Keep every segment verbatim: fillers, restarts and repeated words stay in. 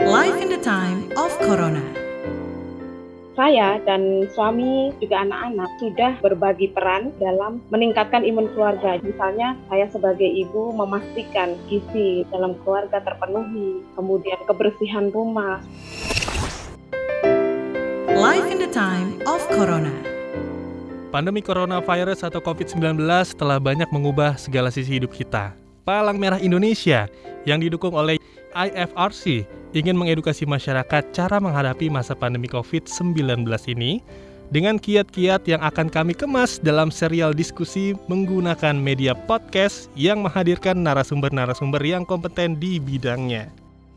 Life in the time of Corona. Saya dan suami juga anak-anak sudah berbagi peran dalam meningkatkan imun keluarga. Misalnya saya sebagai ibu memastikan gizi dalam keluarga terpenuhi, kemudian kebersihan rumah. Life in the time of Corona. Pandemi coronavirus atau covid sembilan belas telah banyak mengubah segala sisi hidup kita. Palang Merah Indonesia yang didukung oleh I F R C ingin mengedukasi masyarakat cara menghadapi masa pandemi covid sembilan belas ini dengan kiat-kiat yang akan kami kemas dalam serial diskusi menggunakan media podcast yang menghadirkan narasumber-narasumber yang kompeten di bidangnya.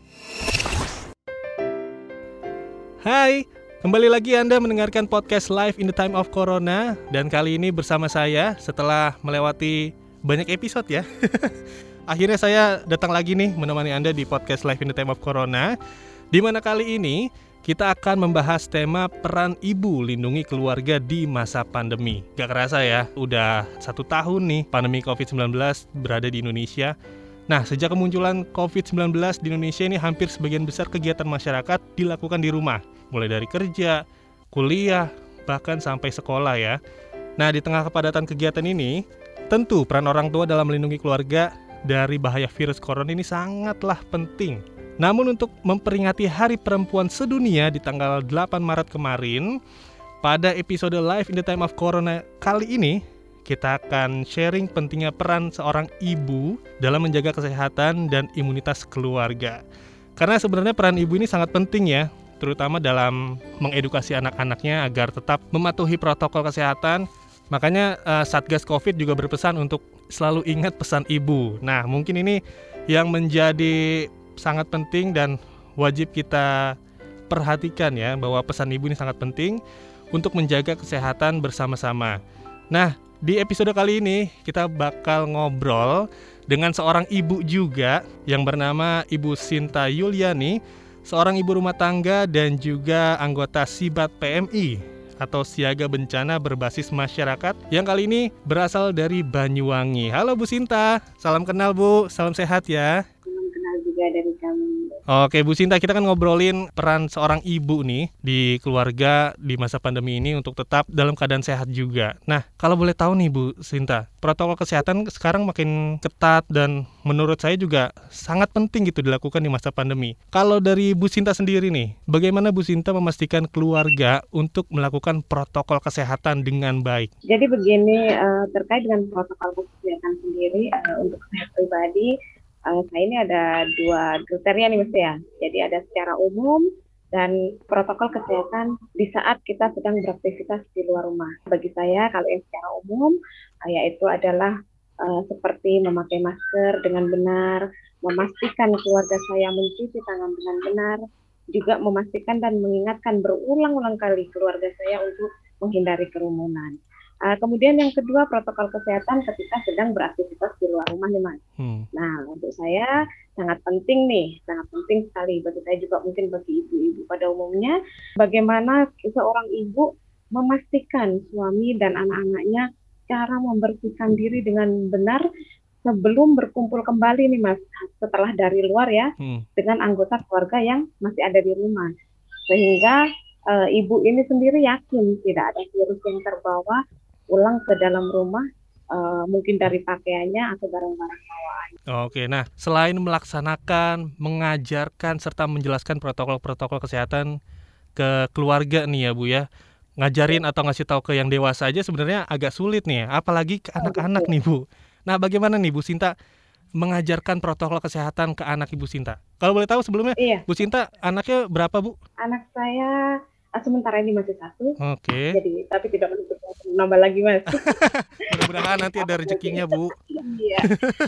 Hai, kembali lagi Anda mendengarkan podcast Live in the Time of Corona, dan kali ini bersama saya setelah melewati banyak episode ya. Akhirnya saya datang lagi nih menemani Anda di podcast Live in the Time of Corona, di mana kali ini kita akan membahas tema peran ibu lindungi keluarga di masa pandemi. Gak kerasa ya, udah satu tahun nih pandemi covid sembilan belas berada di Indonesia. Nah, sejak kemunculan covid sembilan belas di Indonesia ini hampir sebagian besar kegiatan masyarakat dilakukan di rumah. Mulai dari kerja, kuliah, bahkan sampai sekolah ya. Nah, di tengah kepadatan kegiatan ini, tentu peran orang tua dalam melindungi keluarga dari bahaya virus corona ini sangatlah penting. Namun untuk memperingati Hari Perempuan Sedunia di tanggal delapan Maret kemarin, pada episode Live in the Time of Corona kali ini, kita akan sharing pentingnya peran seorang ibu dalam menjaga kesehatan dan imunitas keluarga. Karena sebenarnya peran ibu ini sangat penting ya, terutama dalam mengedukasi anak-anaknya agar tetap mematuhi protokol kesehatan. Makanya uh, Satgas Covid juga berpesan untuk selalu ingat pesan ibu. Nah, mungkin ini yang menjadi sangat penting dan wajib kita perhatikan ya, bahwa pesan ibu ini sangat penting untuk menjaga kesehatan bersama-sama. Nah, di episode kali ini kita bakal ngobrol dengan seorang ibu juga yang bernama Ibu Sinta Yuliani, seorang ibu rumah tangga dan juga anggota SIBAT P M I atau Siaga Bencana Berbasis Masyarakat yang kali ini berasal dari Banyuwangi. Halo Bu Sinta, salam kenal Bu, salam sehat ya. Salam kenal juga dari kami. Oke Bu Sinta, kita kan ngobrolin peran seorang ibu nih di keluarga di masa pandemi ini untuk tetap dalam keadaan sehat juga. Nah, kalau boleh tahu nih Bu Sinta, protokol kesehatan sekarang makin ketat dan menurut saya juga sangat penting gitu dilakukan di masa pandemi. Kalau dari Bu Sinta sendiri nih, bagaimana Bu Sinta memastikan keluarga untuk melakukan protokol kesehatan dengan baik? Jadi begini, uh, terkait dengan protokol kesehatan sendiri, uh, untuk saya pribadi, Uh, saya ini ada dua kriteria nih Mas ya. Jadi ada secara umum dan protokol kesehatan di saat kita sedang beraktivitas di luar rumah. Bagi saya kalau yang secara umum uh, yaitu adalah uh, seperti memakai masker dengan benar, memastikan keluarga saya mencuci tangan dengan benar, juga memastikan dan mengingatkan berulang-ulang kali keluarga saya untuk menghindari kerumunan. Uh, kemudian yang kedua, protokol kesehatan ketika sedang beraktivitas di luar rumah nih Mas. Hmm. Nah, untuk saya sangat penting nih, sangat penting sekali bagi saya juga mungkin bagi ibu-ibu pada umumnya, bagaimana seorang ibu memastikan suami dan anak-anaknya cara membersihkan diri dengan benar sebelum berkumpul kembali nih Mas, setelah dari luar ya, hmm. dengan anggota keluarga yang masih ada di rumah. Sehingga uh, ibu ini sendiri yakin tidak ada virus yang terbawa ulang ke dalam rumah, uh, mungkin dari pakaiannya atau barang-barang bawaan. Oke, nah selain melaksanakan, mengajarkan, serta menjelaskan protokol-protokol kesehatan ke keluarga nih ya Bu ya, ngajarin atau ngasih tahu ke yang dewasa aja sebenarnya agak sulit nih, apalagi ke anak-anak nih Bu. Nah bagaimana nih Bu Sinta mengajarkan protokol kesehatan ke anak Ibu Sinta? Kalau boleh tahu sebelumnya, iya. Bu Sinta anaknya berapa Bu? Anak saya sementara ini masih satu. Oke. Jadi tapi tidak menutup nambah lagi Mas. Mudah-mudahan nanti ada rezekinya Bu. Iya.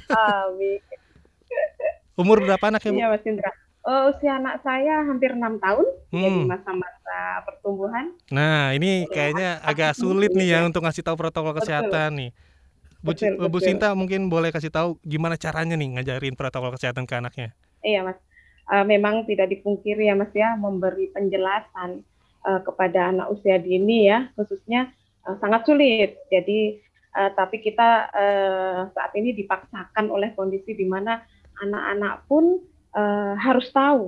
Amin. Umur berapa anaknya Bu? Iya Mas Indra. Oh, usia anak saya hampir enam tahun, hmm. jadi masa-masa pertumbuhan. Nah ini kayaknya agak sulit nih ya untuk ngasih tahu protokol kesehatan nih. Bu, betul, Bu betul. Sinta mungkin boleh kasih tahu gimana caranya nih ngajarin protokol kesehatan ke anaknya? Iya Mas, uh, memang tidak dipungkiri ya Mas ya, memberi penjelasan uh, kepada anak usia dini ya, khususnya uh, sangat sulit. Jadi, uh, tapi kita uh, saat ini dipaksakan oleh kondisi di mana anak-anak pun uh, harus tahu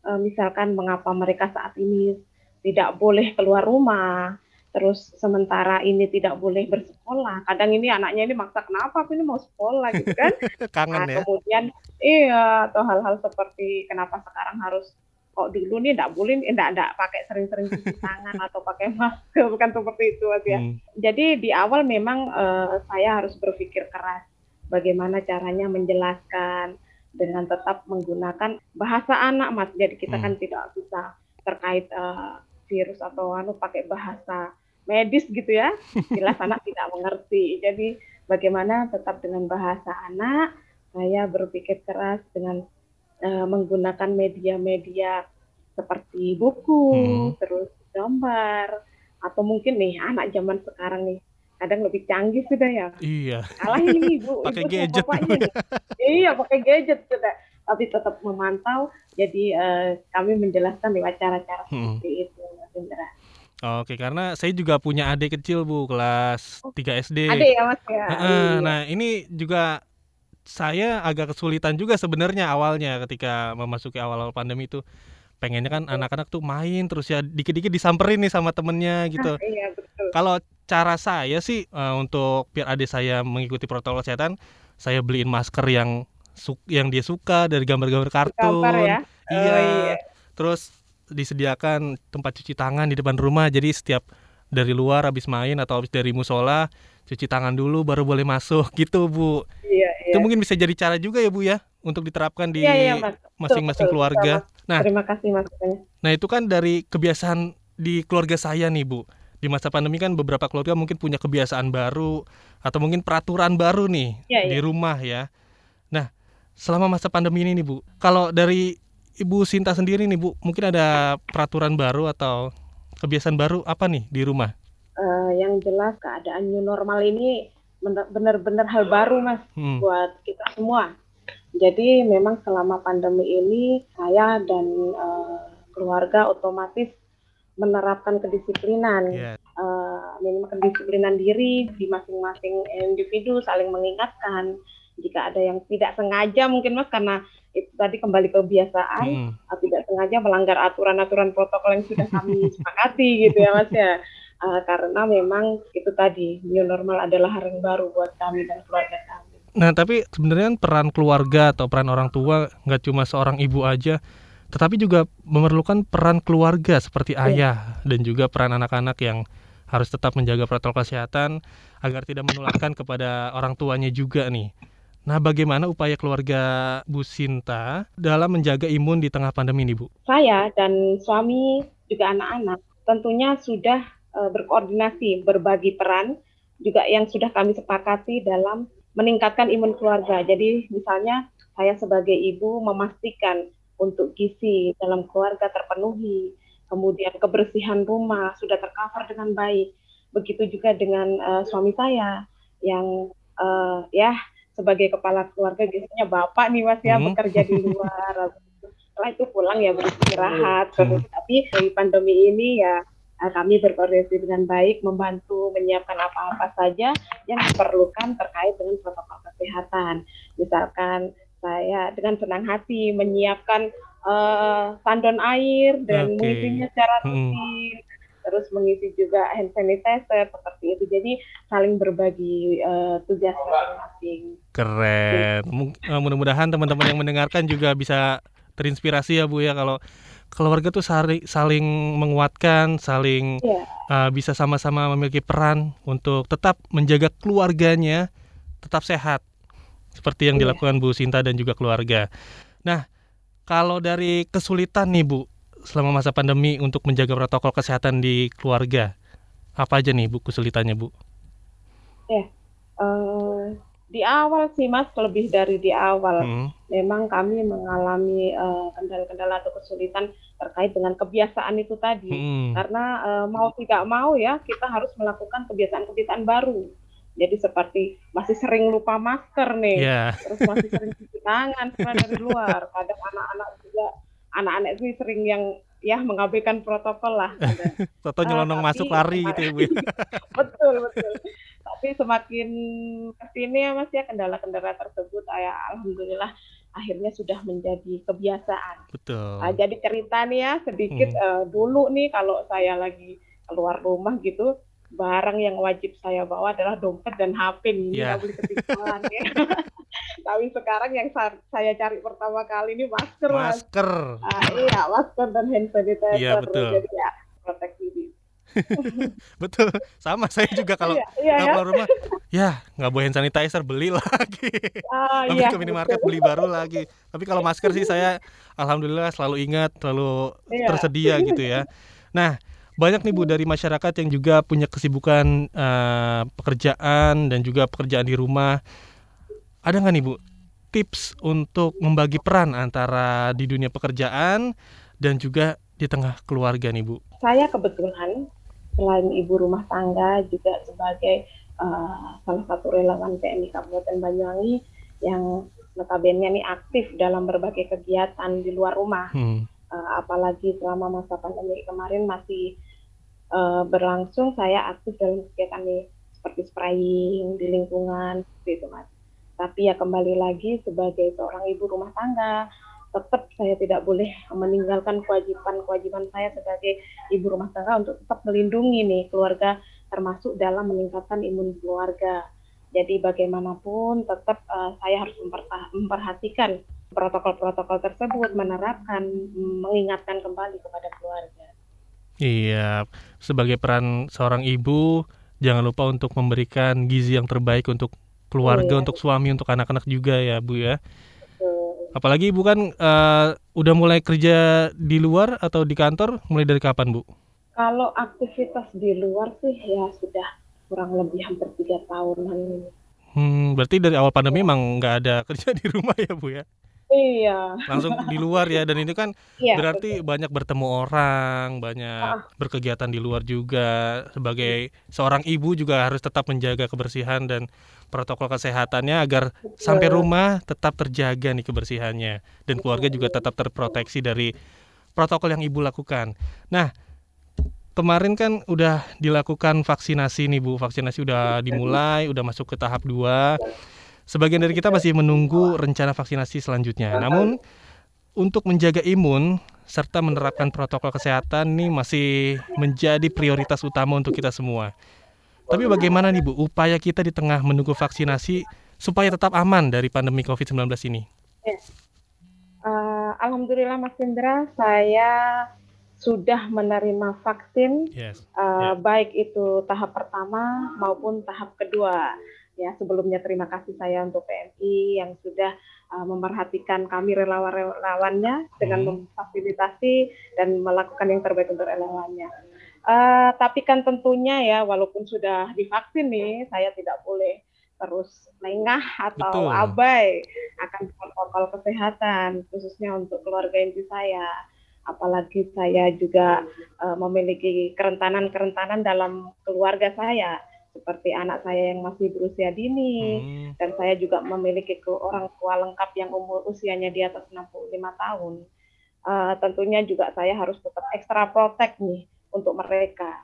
uh, misalkan mengapa mereka saat ini tidak boleh keluar rumah, terus sementara ini tidak boleh bersekolah. Kadang ini anaknya ini maksa, kenapa aku ini mau sekolah gitu kan. Kangen Nah, ya. kemudian iya, atau hal-hal seperti kenapa sekarang harus kok dulu nih enggak boleh, enggak enggak pakai sering-sering cuci tangan atau pakai masker, bukan seperti itu Mas ya. Hmm. Jadi di awal memang uh, saya harus berpikir keras bagaimana caranya menjelaskan dengan tetap menggunakan bahasa anak Mas. Jadi kita Hmm. kan tidak bisa terkait uh, virus atau anu pakai bahasa medis gitu ya. Jelas anak tidak mengerti. Jadi bagaimana tetap dengan bahasa anak, saya berpikir keras dengan uh, menggunakan media-media seperti buku, Hmm. terus gambar, atau mungkin nih anak zaman sekarang nih kadang lebih canggih sudah ya. Iya. Kalahin nih ibu, Pakai ibu sama gadget. bapaknya nih. Iya, pakai gadget sudah. Tapi tetap memantau. Jadi uh, kami menjelaskan lewat cara-cara Hmm. seperti itu, Mas Indra. Oke, karena saya juga punya adik kecil Bu, kelas tiga S D. Ada ya Mas ya. Heeh, Iya. nah ini juga saya agak kesulitan juga sebenarnya awalnya ketika memasuki awal-awal pandemi itu. Pengennya kan Betul. anak-anak tuh main terus ya dikit-dikit disamperin nih sama temennya Ah, gitu. iya betul. Kalau cara saya sih uh, untuk biar adik saya mengikuti protokol kesehatan, saya beliin masker yang su- yang dia suka dari gambar-gambar Gambar kartun. ya. Oh Iya. iya. Terus disediakan tempat cuci tangan di depan rumah. Jadi setiap dari luar habis main atau habis dari musola cuci tangan dulu baru boleh masuk gitu Bu. Iya, iya. Itu mungkin bisa jadi cara juga ya Bu ya untuk diterapkan di Iya, iya Mas. Betul, masing-masing betul. keluarga. Bisa, Mas. Nah, Terima kasih Mas. Nah itu kan dari kebiasaan di keluarga saya nih Bu. Di masa pandemi kan beberapa keluarga mungkin punya kebiasaan baru atau mungkin peraturan baru nih Iya, di iya. rumah ya. Nah selama masa pandemi ini nih Bu, kalau dari Ibu Sinta sendiri nih Bu, mungkin ada peraturan baru atau kebiasaan baru apa nih di rumah? Uh, yang jelas keadaan new normal ini benar- benar-benar hal baru Mas Hmm. buat kita semua. Jadi memang selama pandemi ini saya dan uh, keluarga otomatis menerapkan kedisiplinan, Yeah. uh, minimal kedisiplinan diri di masing-masing individu, saling mengingatkan. Jika ada yang tidak sengaja mungkin Mas karena itu tadi kembali kebiasaan, Hmm. uh, tidak sengaja melanggar aturan-aturan protokol yang sudah kami sepakati gitu ya Mas ya. Uh, karena memang itu tadi new normal adalah hal yang baru buat kami dan keluarga kami. Nah tapi sebenarnya peran keluarga atau peran orang tua nggak cuma seorang ibu aja, tetapi juga memerlukan peran keluarga seperti ayah dan juga peran anak-anak yang harus tetap menjaga protokol kesehatan agar tidak menularkan kepada orang tuanya juga nih. Nah bagaimana upaya keluarga Bu Sinta dalam menjaga imun di tengah pandemi ini Bu? Saya dan suami juga anak-anak tentunya sudah uh, berkoordinasi, berbagi peran juga yang sudah kami sepakati dalam meningkatkan imun keluarga. Jadi misalnya saya sebagai ibu memastikan untuk gizi dalam keluarga terpenuhi, kemudian kebersihan rumah sudah tercover dengan baik. Begitu juga dengan uh, suami saya yang uh, ya sebagai kepala keluarga biasanya bapak nih Mas ya Hmm. bekerja di luar. Setelah itu pulang ya beristirahat. Hmm. Terus tapi dari pandemi ini ya kami berkoordinasi dengan baik, membantu menyiapkan apa-apa saja yang diperlukan terkait dengan protokol kesehatan. Misalkan saya dengan senang hati menyiapkan uh, tandon air dan Oke. mengisinya secara Hmm. rutin, terus mengisi juga hand sanitizer seperti itu. Jadi saling berbagi uh, tugas masing-masing. Keren. Mung- eh, Mudah-mudahan teman-teman yang mendengarkan juga bisa terinspirasi ya Bu ya, kalau keluarga tuh saling saling menguatkan, saling Iya. uh, bisa sama-sama memiliki peran untuk tetap menjaga keluarganya tetap sehat seperti yang Iya. dilakukan Bu Sinta dan juga keluarga. Nah, kalau dari kesulitan nih Bu selama masa pandemi untuk menjaga protokol kesehatan di keluarga, apa aja nih Bu kesulitannya Bu? Ya, uh, di awal sih Mas, lebih dari di awal. Hmm. Memang kami mengalami uh, kendala-kendala atau kesulitan terkait dengan kebiasaan itu tadi. Hmm. Karena uh, mau tidak mau ya kita harus melakukan kebiasaan-kebiasaan baru. Jadi seperti masih sering lupa masker nih, Ya. terus masih sering cuci tangan setelah dari luar. Kadang anak-anak juga, anak-anak itu sering yang ya mengabaikan protokol lah. Ada. Toto nyelonong Ah, masuk tapi lari gitu ya Bu. ya. betul betul. Tapi semakin kesini ya Mas ya kendala-kendala tersebut, ya alhamdulillah akhirnya sudah menjadi kebiasaan. Betul. Uh, jadi cerita nih ya sedikit, Hmm. uh, dulu nih kalau saya lagi keluar rumah gitu, barang yang wajib saya bawa adalah dompet dan H P nih, Ya. nggak boleh ketinggalan ya. Tapi sekarang yang sa- saya cari pertama kali ini masker, Mas. Masker. Ah, iya, masker dan hand sanitizer. Iya, betul. Jadi ya proteksi diri. Betul, sama saya juga kalau Iya, iya kalau ya. keluar rumah, ya nggak bawa hand sanitizer, beli lagi. Ah, Habis iya, ke minimarket betul. beli baru lagi. Tapi kalau masker sih saya alhamdulillah selalu ingat, selalu Iya. tersedia gitu ya. Nah, banyak nih Bu dari masyarakat yang juga punya kesibukan eh, pekerjaan dan juga pekerjaan di rumah. Ada nggak nih Bu tips untuk membagi peran antara di dunia pekerjaan dan juga di tengah keluarga nih Bu? Saya kebetulan selain ibu rumah tangga juga sebagai uh, salah satu relawan P M I Kabupaten Banyuwangi yang notabene nih aktif dalam berbagai kegiatan di luar rumah. Hmm. Uh, apalagi selama masa pandemi kemarin masih uh, berlangsung, saya aktif dalam kegiatan nih seperti spraying di lingkungan seperti itu, Mas. Tapi ya kembali lagi sebagai seorang ibu rumah tangga, tetap saya tidak boleh meninggalkan kewajiban-kewajiban saya sebagai ibu rumah tangga untuk tetap melindungi nih keluarga, termasuk dalam meningkatkan imun keluarga. Jadi bagaimanapun tetap uh, saya harus memperhatikan protokol-protokol tersebut, menerapkan, mengingatkan kembali kepada keluarga. Iya, sebagai peran seorang ibu, jangan lupa untuk memberikan gizi yang terbaik untuk keluarga, Iya. untuk suami, untuk anak-anak juga ya Bu ya. Betul. Apalagi Ibu kan uh, udah mulai kerja di luar atau di kantor, mulai dari kapan Bu? Kalau aktivitas di luar sih ya sudah kurang lebih hampir tiga tahunan. Hmm, berarti dari awal pandemi emang nggak ada kerja di rumah ya Bu ya? Iya. Langsung di luar ya, dan itu kan Iya, berarti betul. banyak bertemu orang, banyak Ah. berkegiatan di luar juga. Sebagai seorang ibu juga harus tetap menjaga kebersihan dan protokol kesehatannya agar Betul. sampai rumah tetap terjaga nih kebersihannya, dan keluarga juga tetap terproteksi dari protokol yang ibu lakukan. Nah, kemarin kan udah dilakukan vaksinasi nih Bu, vaksinasi udah dimulai, udah masuk ke tahap dua. Sebagian dari kita masih menunggu rencana vaksinasi selanjutnya. Namun untuk menjaga imun serta menerapkan protokol kesehatan nih masih menjadi prioritas utama untuk kita semua. Tapi bagaimana nih Bu upaya kita di tengah menunggu vaksinasi supaya tetap aman dari pandemi covid sembilan belas ini? Ya. Uh, Alhamdulillah Mas Indra, saya sudah menerima vaksin, yes. uh, yeah. baik itu tahap pertama maupun tahap kedua. Ya, sebelumnya terima kasih saya untuk P M I yang sudah uh, memerhatikan kami relawan-relawannya dengan hmm. memfasilitasi dan melakukan yang terbaik untuk relawannya. Uh, tapi kan tentunya ya, walaupun sudah divaksin nih, saya tidak boleh terus lengah atau Betul. abai akan protokol kesehatan, khususnya untuk keluarga inti saya. Apalagi saya juga uh, memiliki kerentanan-kerentanan dalam keluarga saya, seperti anak saya yang masih berusia dini, hmm. dan saya juga memiliki orang tua lengkap yang umur usianya di atas enam puluh lima tahun. Uh, tentunya juga saya harus tetap ekstra protek nih untuk mereka.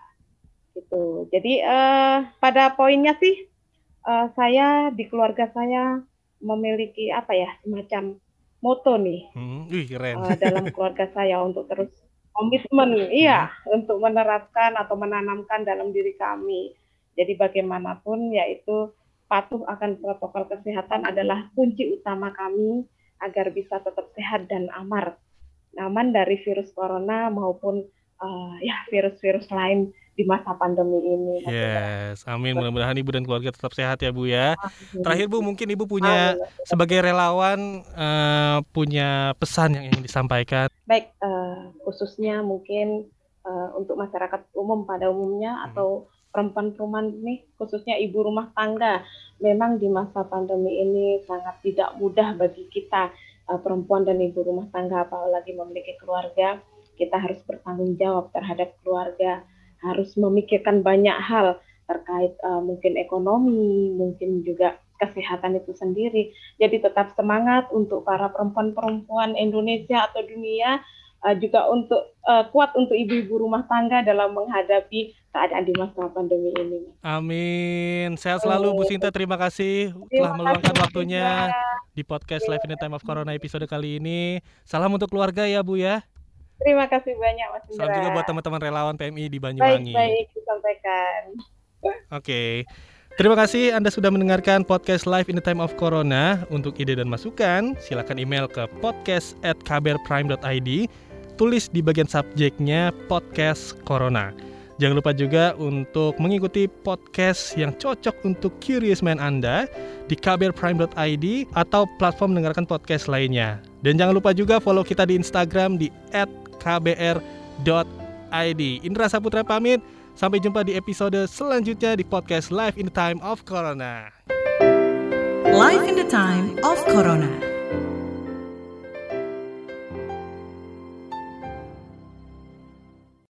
Gitu. Jadi uh, pada poinnya sih, uh, saya di keluarga saya memiliki apa ya, semacam moto nih. Hmm. Wih, keren. Uh, dalam keluarga saya untuk terus komitmen, iya, hmm. untuk menerapkan atau menanamkan dalam diri kami. Jadi bagaimanapun yaitu patuh akan protokol kesehatan adalah kunci utama kami agar bisa tetap sehat dan aman, aman dari virus corona maupun uh, ya virus-virus lain di masa pandemi ini. Yes, amin. Mudah-mudahan Ibu dan keluarga tetap sehat ya Bu ya. Terakhir Bu, mungkin Ibu punya amin. Sebagai relawan uh, punya pesan yang ingin disampaikan. Baik, uh, khususnya mungkin uh, untuk masyarakat umum pada umumnya hmm. atau perempuan-perempuan nih, khususnya ibu rumah tangga, memang di masa pandemi ini sangat tidak mudah bagi kita uh, perempuan dan ibu rumah tangga, apalagi memiliki keluarga. Kita harus bertanggung jawab terhadap keluarga, harus memikirkan banyak hal terkait uh, mungkin ekonomi, mungkin juga kesehatan itu sendiri. Jadi tetap semangat untuk para perempuan-perempuan Indonesia atau dunia, uh, juga untuk uh, kuat untuk ibu-ibu rumah tangga dalam menghadapi keadaan di masa pandemi ini. Amin. Sehat selalu Bu Sinta, terima kasih telah meluangkan waktunya di podcast Live in the Time of Corona episode kali ini. Salam untuk keluarga ya Bu ya. Terima kasih banyak Mas Indra. Salam juga buat teman-teman relawan P M I di Banyuwangi. Baik-baik disampaikan. Oke. Okay. Terima kasih Anda sudah mendengarkan podcast Live in the Time of Corona. Untuk ide dan masukan, silakan email ke podcast at k b r prime dot i d. Tulis di bagian subjeknya podcast Corona. Jangan lupa juga untuk mengikuti podcast yang cocok untuk curious mind Anda di k b r prime dot i d atau platform mendengarkan podcast lainnya. Dan jangan lupa juga follow kita di Instagram di at k b r dot i d. Indra Saputra pamit. Sampai jumpa di episode selanjutnya di podcast Live in the Time of Corona. Live in the Time of Corona.